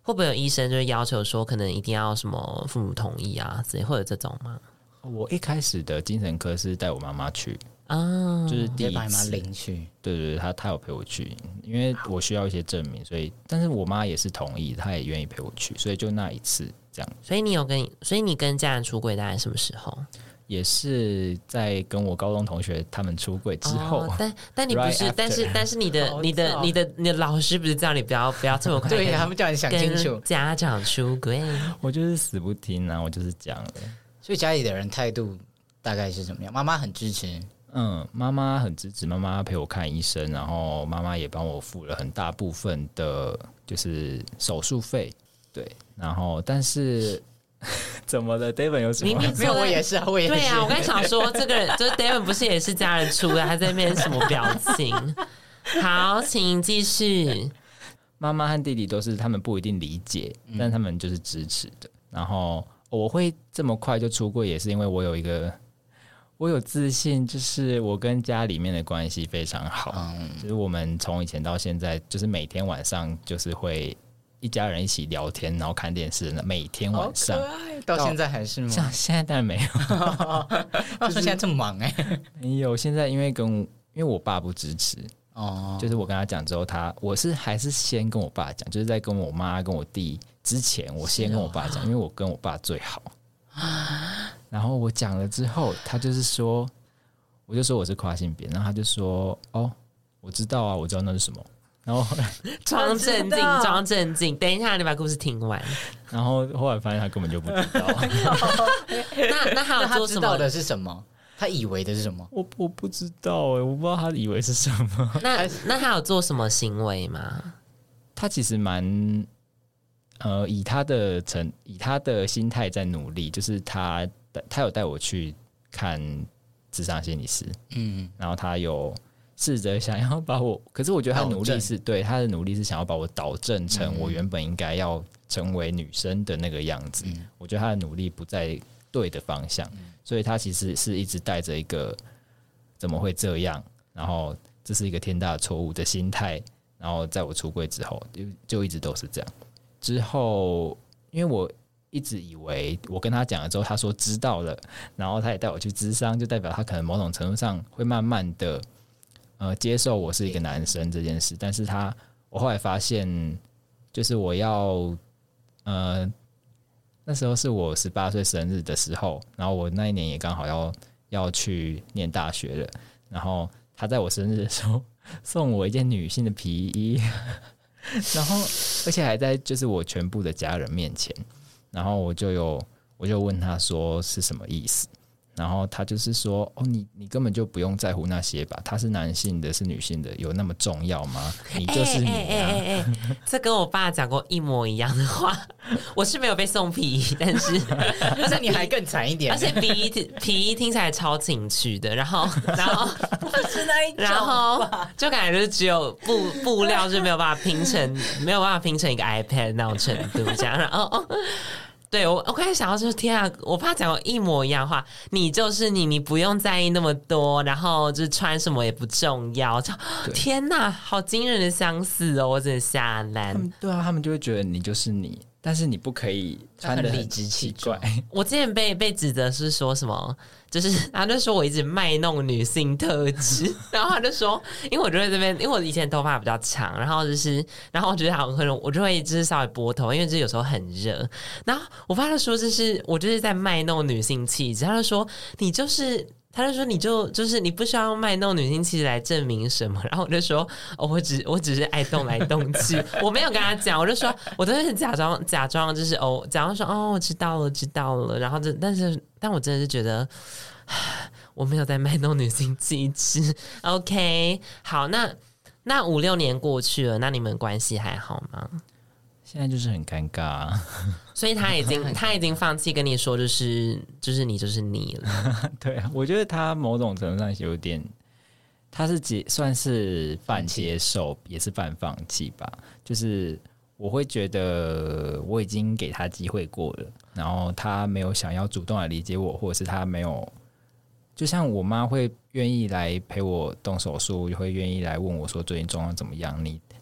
会不会有医生就是要求说，可能一定要什么父母同意啊之类，会有这种吗？ 我一开始的精神科是带我妈妈去啊， 就是第一次把你妈领去， 对对对，她她有陪我去，因为我需要一些证明，所以但是我妈也是同意，她也愿意陪我去，所以就那一次这样。 所以你有跟，所以你跟家人出柜大概什么时候？ 也是在跟我高中同学他们出柜之后， 哦、但但你不是 right， 但是但是你的你的你的你的老师不是叫你不要不要这么快， 对他们叫你想清楚， 家长出柜， 我就是死不听啊，我就是讲了。 所以家里的人态度大概是怎么样？妈妈很支持， 嗯，妈妈很支持，妈妈陪我看医生，然后妈妈也帮我付了很大部分的，就是手术费，对，然后但是。怎么了 ？David 有什么？ 没有，我也是啊，我也是。 对啊，我刚才想说，这个人就是 David， 不是也是家人出的？他在那边什么表情？好，请继续。 妈妈和弟弟都是他们不一定理解，嗯、但他们就是支持的。然后我会这么快就出柜，也是因为我有一个，我有自信，就是我跟家里面的关系非常好。嗯，就是我们从以前到现在，就是每天晚上就是会。一家人一起聊天，然后看电视，每天晚上到现在还是吗？ 像现在当然没有， 他说现在这么忙哎、欸， 没有。现在因为跟因为我爸不支持哦，就是我跟他讲之后，他我是还是先跟我爸讲，就是在跟我妈跟我弟之前，我先跟我爸讲，因为我跟我爸最好。然后我讲了之后，他就是说，我就说我是跨性别，然后他就说哦，我知道啊，我知道那是什么。然后装镇静，装镇静。等一下，你把故事听完。 然后后来发现他根本就不知道。 那那他有做什么？ 他知道的是什么？他以为的是什么？ 我我不知道哎、欸，我不知道他以为是什么。 那那他有做什么行为吗？ 他其实蛮呃，以他的成以他的心态在努力，就是他他有带我去看諮商心理師，嗯，然后他有。试着想要把我，可是我觉得他努力是对他的努力是想要把我导正成我原本应该要成为女生的那个样子。嗯、我觉得他的努力不在对的方向，嗯、所以他其实是一直带着一个怎么会这样，然后这是一个天大的错误的心态。然后在我出柜之后，就就一直都是这样。之后，因为我一直以为我跟他讲了之后，他说知道了，然后他也带我去諮商，就代表他可能某种程度上会慢慢的。呃，接受我是一个男生这件事，但是他，我后来发现，就是我要，呃，那时候是我十八岁生日的时候，然后我那一年也刚好要要去念大学了，然后他在我生日的时候送我一件女性的皮衣，然后而且还在就是我全部的家人面前，然后我就有我就问他说是什么意思。然后他就是说，哦，你你根本就不用在乎那些吧？他是男性的，是女性的，有那么重要吗？你就是你啊！哎哎哎哎，这跟我爸讲过一模一样的话。我是没有被送皮衣，但是但是你还更惨一点， 而且皮衣皮衣听起来超情趣的，然后然后不是那一种， 然后就感觉就是只有布布料就没有办法拼成，没有办法拼成一个 iPad 那种程度，这样，然后哦。对我，我刚才想到就是天啊，我爸讲过一模一样话，你就是你，你不用在意那么多，然后就是穿什么也不重要。天哪，好惊人的相似哦，我真的吓烂。 对啊，他们就会觉得你就是你，但是你不可以穿得很奇怪。 我之前被被指责是说什么，就是他就说我一直卖弄女性特质，然后他就说，因为我就在这边，因为我以前头发比较长，然后就是，然后我觉得好像我就会就是稍微拨头，因为就是有时候很热，然后我爸就说这是我就是在卖弄女性气质，他就说你就是。他就说：“你就就是你不需要卖弄女性气质来证明什么。”然后我就说：“哦，我只我只是爱动来动去，我没有跟他讲。”我就说：“我都是假装假装就是哦，假装说哦，我知道了，知道了。”然后这但是但我真的是觉得我没有在卖弄女性气质。OK， 好，那那五六年过去了，那你们关系还好吗？ 现在就是很尴尬、啊， 所以他已经他已经放弃跟你说，就是就是你就是你了。 对啊，我觉得他某种程度上有点，他是接算是半接受，也是半放弃吧。就是我会觉得我已经给他机会过了，然后他没有想要主动来理解我，或者是他没有，就像我妈会愿意来陪我动手术，会愿意来问我说最近状况怎么样，你。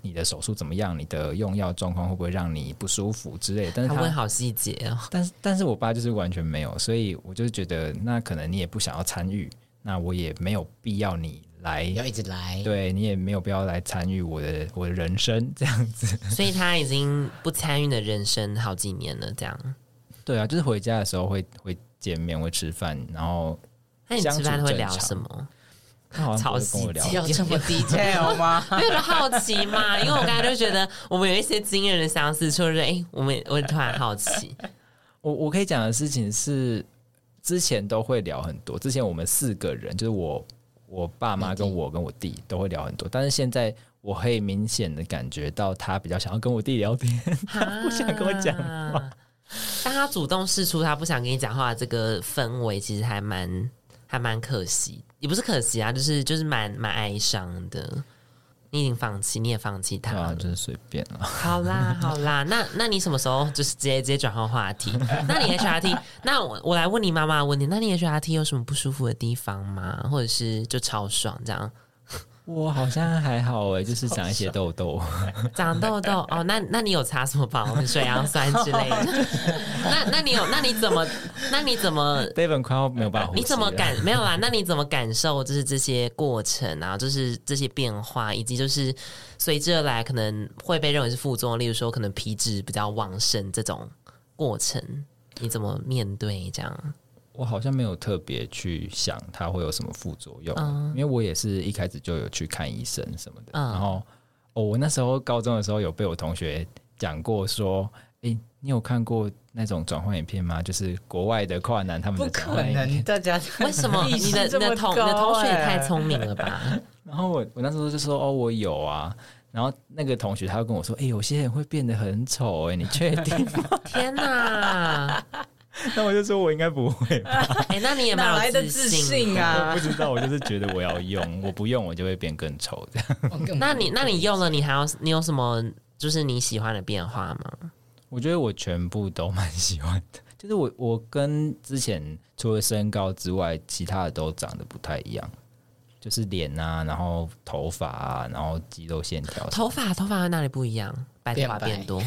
你的手术怎么样，你的用药状况会不会让你不舒服之类的。但是他他问好细节哦。 但是但是我爸就是完全没有，所以我就觉得那可能你也不想要参与，那我也没有必要你来要一直来， 对你也没有必要来参与我的我的人生这样子。 所以他已经不参与的人生好几年了，这样。 对啊，就是回家的时候会会见面，会吃饭，然后那你吃饭会聊什么？ 他好像不会跟我聊， 要这么 detail 吗？ 没有好奇嘛，因为我刚才就觉得我们有一些惊人的相似处，就是哎、欸，我们我突然好奇。 我我可以讲的事情是，之前都会聊很多。之前我们四个人，就是我、我爸妈跟我跟我弟都会聊很多，但是现在我会明显的感觉到他比较想要跟我弟聊天，他不想跟我讲话。 但他主动释出他不想跟你讲话的这个氛围，其实还蛮还蛮可惜，也不是可惜啊，就是就是蛮蛮哀伤的。你已经放弃，你也放弃他了， 啊，就是随便了。 好啦，好啦，那那你什么时候就是直接直接转换话题？那你 H R T， 那我我来问你妈妈的问题，那你 H R T 有什么不舒服的地方吗？或者是就超爽这样？ 我好像还好哎、欸，就是长一些痘痘， 长痘痘哦。那那你有擦什么保养水杨酸之类的？那那你有？那你怎么？那你怎么 ？David 快要没有办法呼吸了， 你怎么感没有啦？那你怎么感受？就是这些过程啊，就是这些变化，以及就是随之而来可能会被认为是副作用，例如说可能皮脂比较旺盛这种过程，你怎么面对这样？ 我好像没有特别去想它会有什么副作用， 嗯、 因为我也是一开始就有去看医生什么的。 嗯、 然后、哦，我那时候高中的时候有被我同学讲过说，诶，你有看过那种转换影片吗？就是国外的跨男他们的转换影片。 不可能，大家为什么？你的你的同你的同学也太聪明了吧？ 然后我我那时候就说，哦，我有啊。然后那个同学他就跟我说，诶，有些人会变得很丑，诶，你确定吗？ 天哪！ 那我就说我应该不会吧。 哎、欸，那你也蛮有自信啊！ 我不知道，我就是觉得我要用，我不用我就会变更丑这样。 那你那你用了，你还要你有什么就是你喜欢的变化吗？ 我觉得我全部都蛮喜欢的，就是我我跟之前除了身高之外，其他的都长得不太一样，就是脸啊，然后头发啊，然后肌肉线条。 头发头发哪里不一样？白头发变多。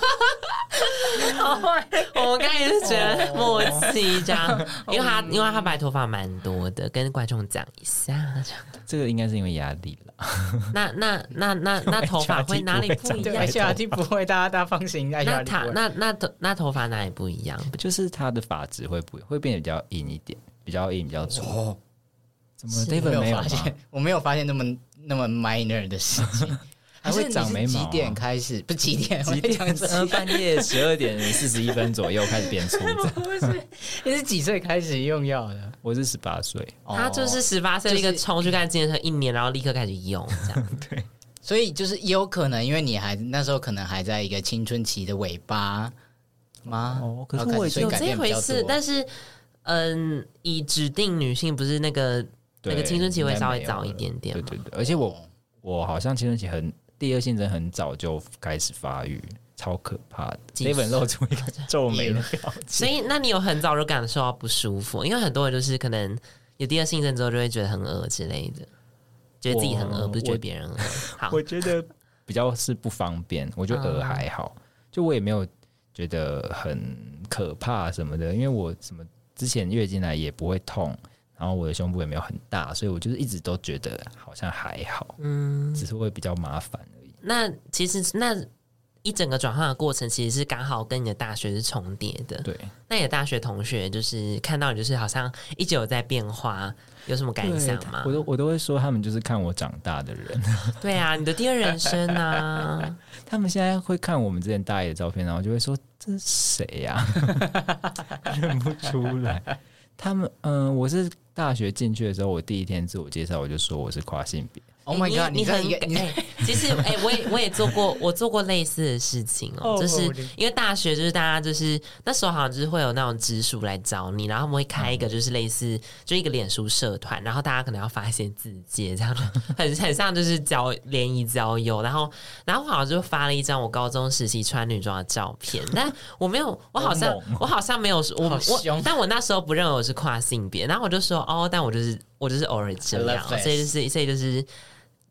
我刚才也是觉得默契这样，因为他因为他白头发蛮多的，跟观众讲一下这样。 这个应该是因为压力了。 那那那那那头发会哪里不一样 ？H R T 不会，大家大家放心。 那他那那头那头发哪里不一样？ 就是他的发质会不会变得比较硬一点，比较硬，比较粗。哦、怎么 David 没有发现？我没有发现那么那么 minor 的事情。 还会长眉毛、啊？ 几点开始？不几点？ 几点？呃，半夜十二点四十一分左右开始变粗。 不是，你是几岁开始用药的？ 我是十八岁。 他就是十八岁，一个冲去干健身一年，然后立刻开始用，这样。 对。 所以就是也有可能，因为你还那时候可能还在一个青春期的尾巴吗？ 哦，可是我有这回事，但是嗯，以指定女性不是那个那个青春期会稍微早一点点。 对对对，而且我我好像青春期很。第二性征很早就开始发育，超可怕的。David 露出一个皱眉的表情。 所以，那你有很早就感受到不舒服？因为很多人就是可能有第二性征之后，就会觉得很恶之类的，觉得自己很恶，不是觉得别人恶。好， 我觉得比较是不方便。我觉得恶还好，嗯、就我也没有觉得很可怕什么的，因为我什么之前月经来也不会痛。然后我的胸部也没有很大，所以我就是一直都觉得好像还好，嗯，只是会比较麻烦而已。 那其实那一整个转换的过程，其实是刚好跟你的大学是重叠的。 对， 那你的大学同学就是看到你，就是好像一直有在变化，有什么感想吗？ 我都我都会说，他们就是看我长大的人。 对啊，你的第二人生啊， 他们现在会看我们之前大一的照片，然后就会说这是谁呀、啊？认不出来。他们嗯、呃，我是大学进去的时候，我第一天自我介绍，我就说我是跨性别。 Oh my god！ 你, 你很你、欸、其实哎、欸，我也我也做过，我做过类似的事情哦、喔，就是因为大学就是大家就是那时候好像就是会有那种直属来找你，然后他们会开一个就是类似就一个脸书社团，然后大家可能要发一些字节，这样很很像就是交联谊交友，然后然后我好像就发了一张我高中时期穿女装的照片，但我没有，我好像我好像没有我我，但我那时候不认为我是跨性别，然后我就说哦，但我就是我就是偶尔这样，所以就是所以就是。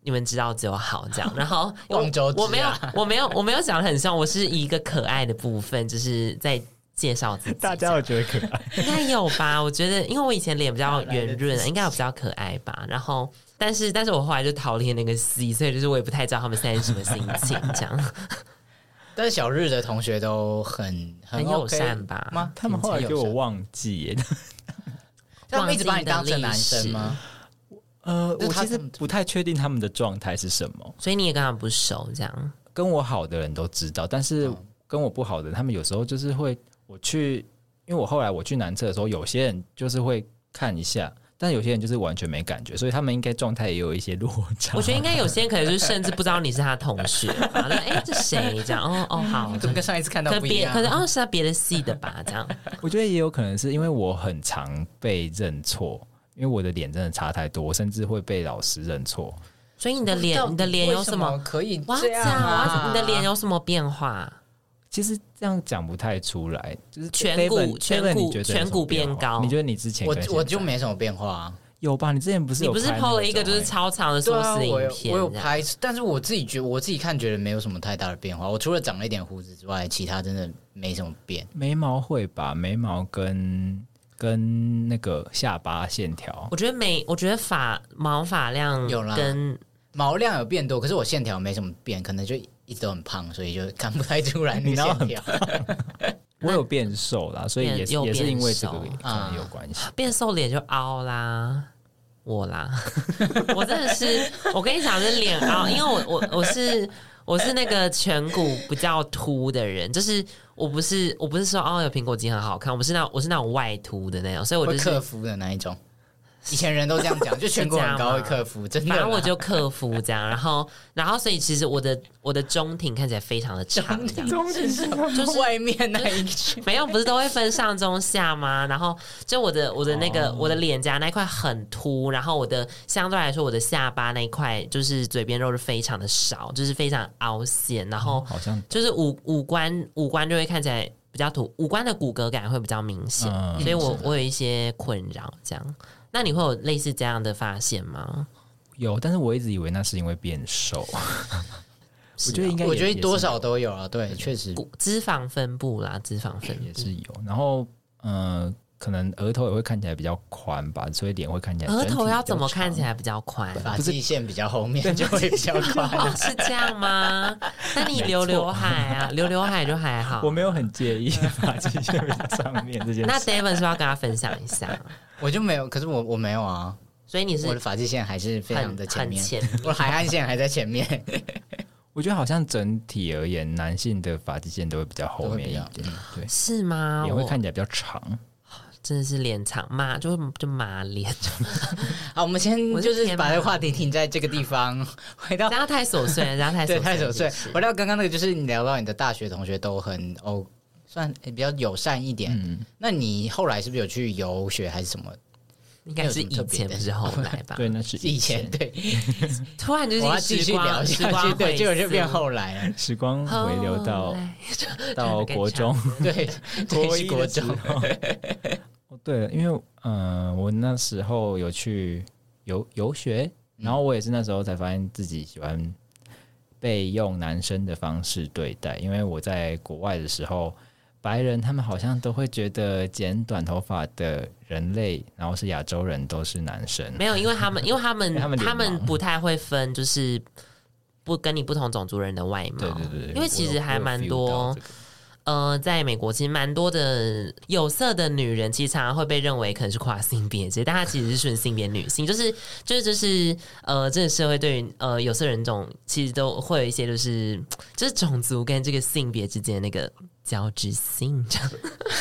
你们知道就好这样。然后望周知啊我没有我没有我没有讲的很像，我是一个可爱的部分，就是在介绍自己。 大家有觉得可爱？ 应该有吧？我觉得，因为我以前脸比较圆润，应该有比较可爱吧。然后，但是，但是我后来就逃离那个 C， 所以就是我也不太知道他们现在是什么心情，这样。 但是小日的同学都很很友善吧？ 吗？ 他们后来给我忘记耶， 他们一直把你当成男生吗？ 呃，我其实不太确定他们的状态是什么， 所以你也跟他们不熟，这样。 跟我好的人都知道，但是跟我不好的人，他们有时候就是会我去，因为我后来我去男厕的时候，有些人就是会看一下。但有些人就是完全没感觉，所以他们应该状态也有一些落差。 我觉得应该有些人可能就是甚至不知道你是他同学，然后哎、欸，这谁这样？哦哦，好， 怎么跟上一次看到不一样？ 可能哦是他别的系的吧，这样。 我觉得也有可能是因为我很常被认错，因为我的脸真的差太多，我甚至会被老师认错。 所以你的脸，你的脸有什么可以这样啊？ 你的脸有什么变化？ 其实这样讲不太出来，就是颧骨颧骨颧骨变高。 你觉得你之前我我就没什么变化啊？ 有吧？你之前不是有你不是 P O 了一个就是超长的缩时影片、 啊我？我有拍，但是我自己觉得我自己看觉得没有什么太大的变化。我除了长了一点胡子之外，其他真的没什么变。 眉毛会吧？眉毛跟跟那个下巴线条， 我觉得眉，我觉得发毛发量有啦， 跟毛量有变多，可是我线条没什么变，可能就一直都很胖，所以就看不太出来那个线条。 我有变瘦啦，所以也是也是因为这个可能有关系。 变瘦脸就凹啦，我啦，我真的是，我跟你讲是脸凹，因为我我我是我是那个颧骨比较凸的人，就是我不是我不是说哦有苹果肌很好看，我不是那我是那种外凸的那种，所以我就是克服的那一种。以前人都这样讲，就颧骨很高会克服，真的。 反正我就克服这样，然后，然后，所以其实我的我的中庭看起来非常的长， 中庭是就是外面那一圈， 没有，不是都会分上中下吗？然后就我的我的那个、哦、我的脸颊那一块很凸，然后我的相对来说我的下巴那一块就是嘴边肉是非常的少，就是非常凹陷，然后好像就是五五官五官就会看起来比较凸，五官的骨骼感会比较明显，嗯、所以我我有一些困扰这样。那你会有类似这样的发现吗？ 有，但是我一直以为那是因为变瘦。我觉得应该， 我觉得多少都有啊。对，确实， 脂肪分布啦，脂肪分布也是有。然后，呃，可能额头也会看起来比较宽吧，所以脸会看起来。 额头要怎么看起来比较宽？ 发际线比较后面就会比较宽、 哦。是这样吗？那你留刘海啊，留刘海就还好。 我没有很介意发际线比较上面这件事。 那 David 是不是要跟他分享一下？ 我就没有，可是我我没有啊， 所以你是我的发际线还是非常的前面， 前面我的海岸线还在前面。 我觉得好像整体而言，男性的发际线都会比较后面一点，对， 是吗？ 脸会看起来比较长， 真的是脸长马，就就马脸。 好，我们先就是把这个话题停在这个地方，回到这样太琐碎了，这样太对太琐碎。回到刚刚那个，就是你聊到你的大学同学都很哦。算比较友善一点、嗯，那你后来是不是有去游学还是什么？ 应该是以前，不是后来吧？ 对，那是以前。对， 突然就是我要继续聊下去，对，结果就变后来了。 时光回流到到国中， 对， 国一国中。 哦，对了，因为嗯、呃，我那时候有去游游学，然后我也是那时候才发现自己喜欢被用男生的方式对待，因为我在国外的时候。白人他们好像都会觉得剪短头发的人类，然后是亚洲人都是男生。 没有，因为他们，因为他们， 他们他们不太会分，就是不跟你不同种族人的外貌。 对对对， 因为其实还蛮多，这个、呃，在美国其实蛮多的有色的女人，其实常常会被认为可能是跨性别者，但她其实是顺性别女性，就是就是就是呃，这个社会对于呃有色人种其实都会有一些就是就是种族跟这个性别之间的那个。交织性这样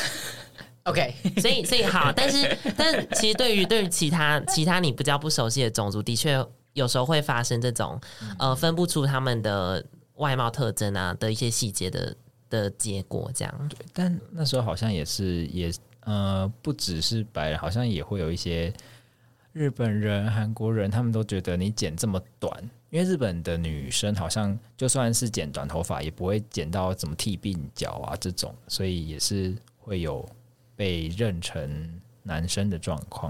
，OK， 所以所以好，但是但其实对于对于其他其他你比较不熟悉的种族，的确有时候会发生这种呃分不出他们的外貌特征啊的一些细节的的结果，这样。 对，但那时候好像也是也呃不只是白人，好像也会有一些日本人、韩国人，他们都觉得你剪这么短。因为日本的女生好像就算是剪短头发，也不会剪到怎么剃鬓角啊这种，所以也是会有被认成男生的状况。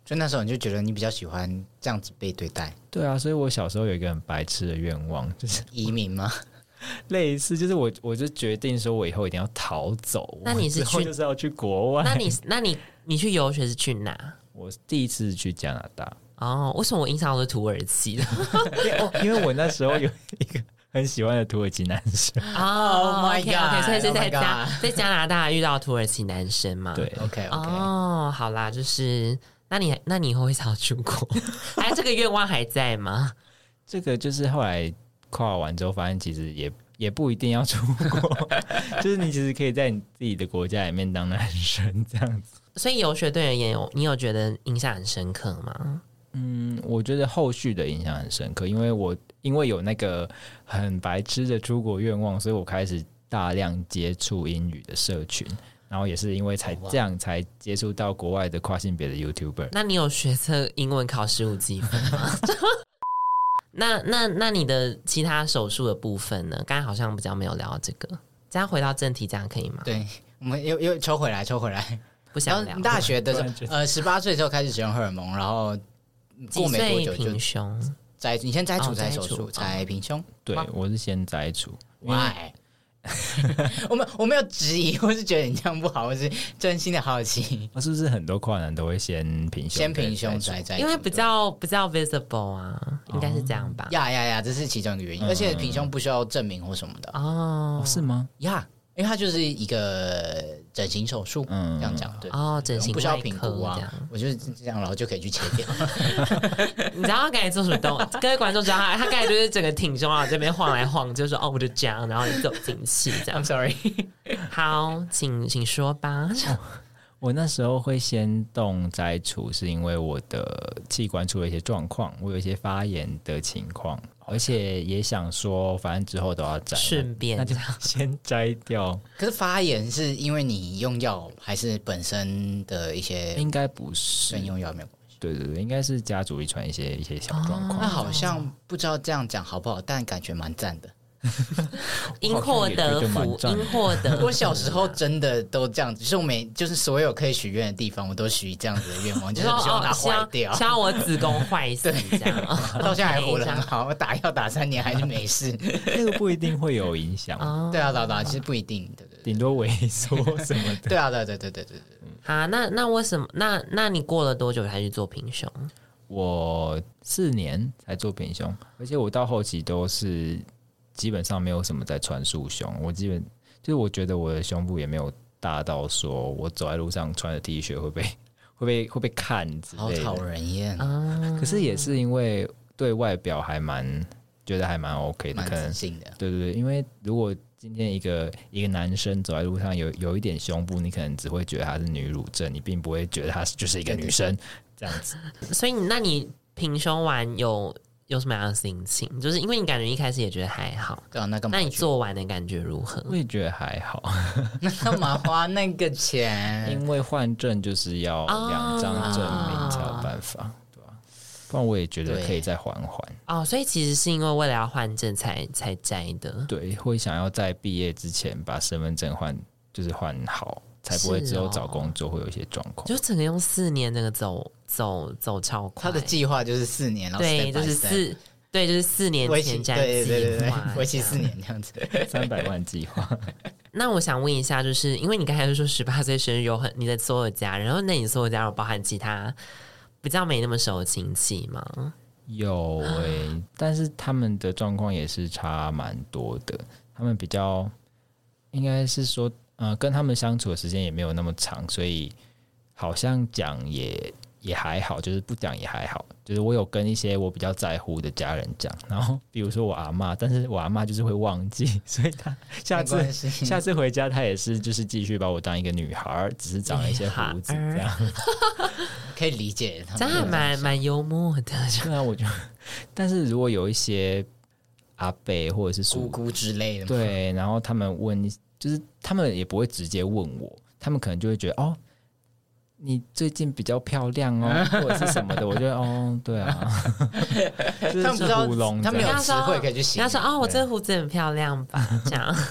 就那时候你就觉得你比较喜欢这样子被对待。 对啊，所以我小时候有一个很白痴的愿望，就是移民吗？ 类似，就是我我就决定说我以后一定要逃走。 那你是去就是要去国外？ 那你那你你去游学是去哪？ 我第一次去加拿大。 哦，为什么我印象都是土耳其的？ 因为我那时候有一个很喜欢的土耳其男生。 哦 Oh my OK OK， 所以是在 God, 加 oh my God 在加拿大遇到土耳其男生嘛？ 对 OK OK， 哦，好啦，就是那你那你以后会想要出国？哎，这个愿望还在吗？ 这个就是后来跨完之后，发现其实也也不一定要出国，就是你其实可以在你自己的国家里面当男生这样子。 所以游学对而言有你有觉得印象很深刻吗？ 嗯，我觉得后续的印象很深刻，因为我因为有那个很白痴的出国愿望，所以我开始大量接触英语的社群，然后也是因为才这样才接触到国外的跨性别的 YouTuber。 那你有学测英文考十五积分吗？那那那你的其他手术的部分呢？刚才好像比较没有聊到这个，这样回到正题，这样可以吗？ 对，我们又又抽回来，抽回来。 不想聊。 大学的时候，呃，十八岁的时候开始使用荷尔蒙，然后过没多久就平胸摘，你先摘除哦摘手术， 摘除摘平胸。 对，我是先摘除。 Why？我们我没有质疑，我是觉得你这样不好，我是真心的好奇。 是不是很多跨男都会先平胸？ 先平胸摘摘， 因为比较比较 visible 啊，应该是这样吧？ 呀呀呀，这是其中一个原因， 嗯、 而且平胸不需要证明或什么的哦， 是吗？ 呀。因为它就是一个整形手术，嗯，这样讲对哦，整形不需要评估啊，我就是这样，然后就可以去切掉。 你知道他刚才做什么动？各位观众知道他，他刚才就是整个挺胸啊，这边晃来晃，就说哦，我就这样，然后你走进去这样。 I'm sorry。 好，请请说吧。 哦我那时候会先动摘除，是因为我的器官出了一些状况，我有一些发炎的情况，而且也想说，反正之后都要摘， 顺便那就先摘掉。 可是发炎是因为你用药，还是本身的一些？ 应该不是， 跟用药没有关系。 对对对，应该是家族遗传一些一些小状况。 那好像不知道这样讲好不好，但感觉蛮赞的。 因祸得福，因祸得福。 我小时候真的都这样子，就是我每就是所有可以许愿的地方，我都许这样子的愿望，就是希望它坏掉， 希望我子宫坏死，这样。 到现在还活得很好，我打药打三年还是没事。 那个不一定会有影响。 对啊，对啊，对啊，其实不一定，对对， 顶多萎缩什么的。 对啊，对对对对对对。 啊，那那为什么？那那你过了多久才去做平胸？ 我四年才做平胸，而且我到后期都是。基本上没有什么在穿束胸，我基本就是我觉得我的胸部也没有大到说我走在路上穿的 T 恤会被会被会被看之类的， 好讨人厌啊！ 可是也是因为对外表还蛮觉得还蛮 OK 的， 蛮自信的。 对对对，因为如果今天一个一个男生走在路上有有一点胸部，你可能只会觉得他是女乳症，你并不会觉得他就是一个女生这样子。 所以那你平胸完有？有什么样的心情？就是因为你感觉一开始也觉得还好， 对啊，那干嘛？ 那你做完的感觉如何？ 我也觉得还好。 那干嘛花那个钱？ 因为换证就是要两张证明才有办法，哦、对吧、啊？不然我也觉得可以再缓缓。 哦，所以其实是因为为了要换证才才摘的。 对，会想要在毕业之前把身份证换，就是换好。才不会之后找工作会有一些状况、哦， 就整个用四年那个走走走超快。 他的计划就是四年，然后对，就是四对，就是四年前摘计划， 为期四年这样子， 三百万计划。 那我想问一下，就是因为你刚才就说十八岁生日有很你的所有家人，然后那你所有家人有包含其他比较没那么熟的亲戚吗？ 有诶、欸，但是他们的状况也是差蛮多的，他们比较应该是说。呃，跟他们相处的时间也没有那么长，所以好像讲也也还好，就是不讲也还好。就是我有跟一些我比较在乎的家人讲，然后比如说我阿嬷，但是我阿嬷就是会忘记，所以她下次下次回家，她也是就是继续把我当一个女孩，只是长了一些胡子这样。 可以理解， 这样还蛮蛮幽默的。 对啊，我觉得，但是如果有一些阿伯或者是姑姑之类的， 对，然后他们问。就是他们也不会直接问我，他们可能就会觉得哦，你最近比较漂亮哦，或者是什么的，我觉得哦，对啊，就是他们不知道， 他们有词汇可以去形容。 他说哦，我这个胡子很漂亮吧？这样， 对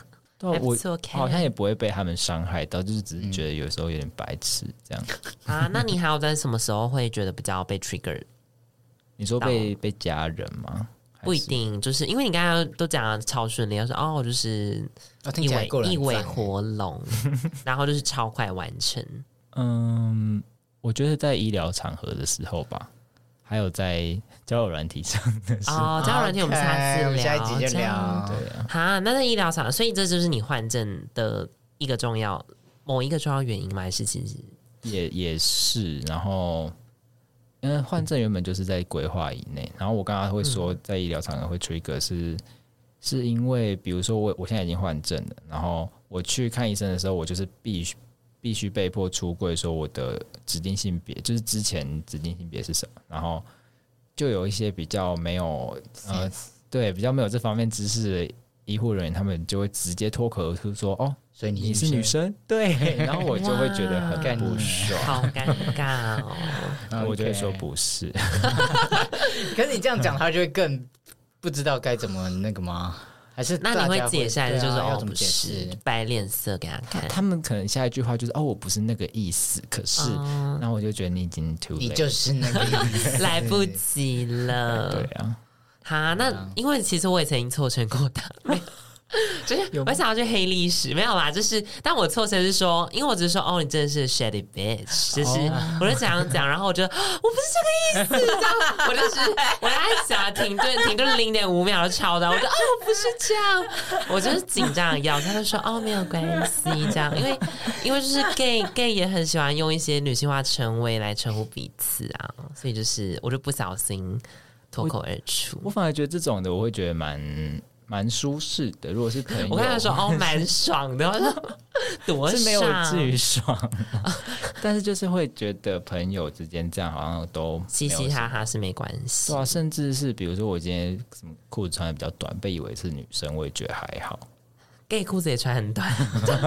还不错看， 好像也不会被他们伤害到，就是只是觉得有时候有点白痴这样。 啊，那你还有在什么时候会觉得比较被 trigger？ 你说被被家人吗？ 不一定，就是因为你刚刚都讲的超顺利，说哦，就是一尾一尾活龙，然后就是超快完成。 嗯，我觉得在医疗场合的时候吧，还有在交友软体上的时候。 哦，交友软体我们下次聊， okay, 下一集就聊。 对啊， 哈，那在医疗场，所以这就是你换证的一个重要某一个重要原因吗？还是其实也也是，然后。因为换证原本就是在规划以内，然后我刚刚会说在医疗场合会 trigger 是、嗯、是因为比如说我我现在已经换证了，然后我去看医生的时候，我就是必须必须被迫出柜说我的指定性别，就是之前指定性别是什么，然后就有一些比较没有呃对比较没有这方面知识的医护人员，他们就会直接脱口而出说哦。 所以 你, 你是女生，对，然后我就会觉得很不爽， 好尴尬哦。 我就会说不是， 可是你这样讲，他就会更不知道该怎么那个吗？还是那你会解释，还是就是哦， 不是摆脸色给他看？ 他们可能下一句话就是哦，我不是那个意思，可是，然后我就觉得你已经 too late， 你就是那个意思， 来不及了。 对啊， 哈，那因为其实我也曾经错成过他。就是我想要去黑历史，没有啦，就是但我错成是说，因为我只是说哦，你真的是 shady bitch， 就是我就这样讲，然后我就我不是这个意思，这样我就是我在想停顿停顿零点五秒就超到，我就哦我不是这样，我就是紧张的要，他就说哦没有关系这样，因为因为就是 gay gay 也很喜欢用一些女性化称谓来称呼彼此啊，所以就是我就不小心脱口而出。 我, 我反而觉得这种的我会觉得蛮。蛮舒适的，如果是朋友， 我跟他说哦，蛮爽的，我说多爽， 是没有至于爽，但是就是会觉得朋友之间这样好像都嘻嘻哈哈是没关系， 对啊，甚至是比如说我今天什么裤子穿的比较短，被以为是女生，我也觉得还好。 gay 裤子也穿很短，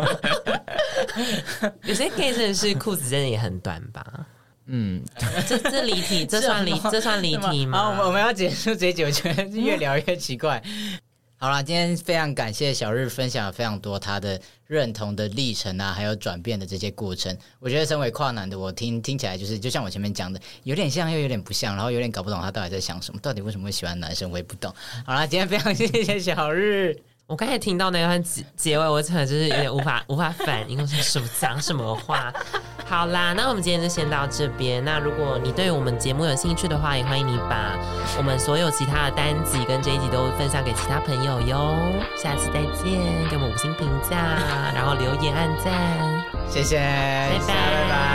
有些 gay 真的是裤子真的也很短吧。 嗯， 这这离题，这算离这算离题吗？ 好，我们我们要结束这一集，我觉得越聊越奇怪。好啦，今天非常感谢小日分享了非常多他的认同的历程啊，还有转变的这些过程。我觉得身为跨男的我听听起来就是就像我前面讲的，有点像又有点不像，然后有点搞不懂他到底在想什么，到底为什么会喜欢男生，我也不懂。好啦，今天非常谢谢小日。 我刚才听到那段结尾，我真的就是有点无法无法反应，我说什么讲什么话。好啦，那我们今天就先到这边。那如果你对我们节目有兴趣的话，也欢迎你把我们所有其他的单集跟这一集都分享给其他朋友哟。下次再见，给我们五星评价，然后留言按赞， 谢谢， 拜拜。 拜拜。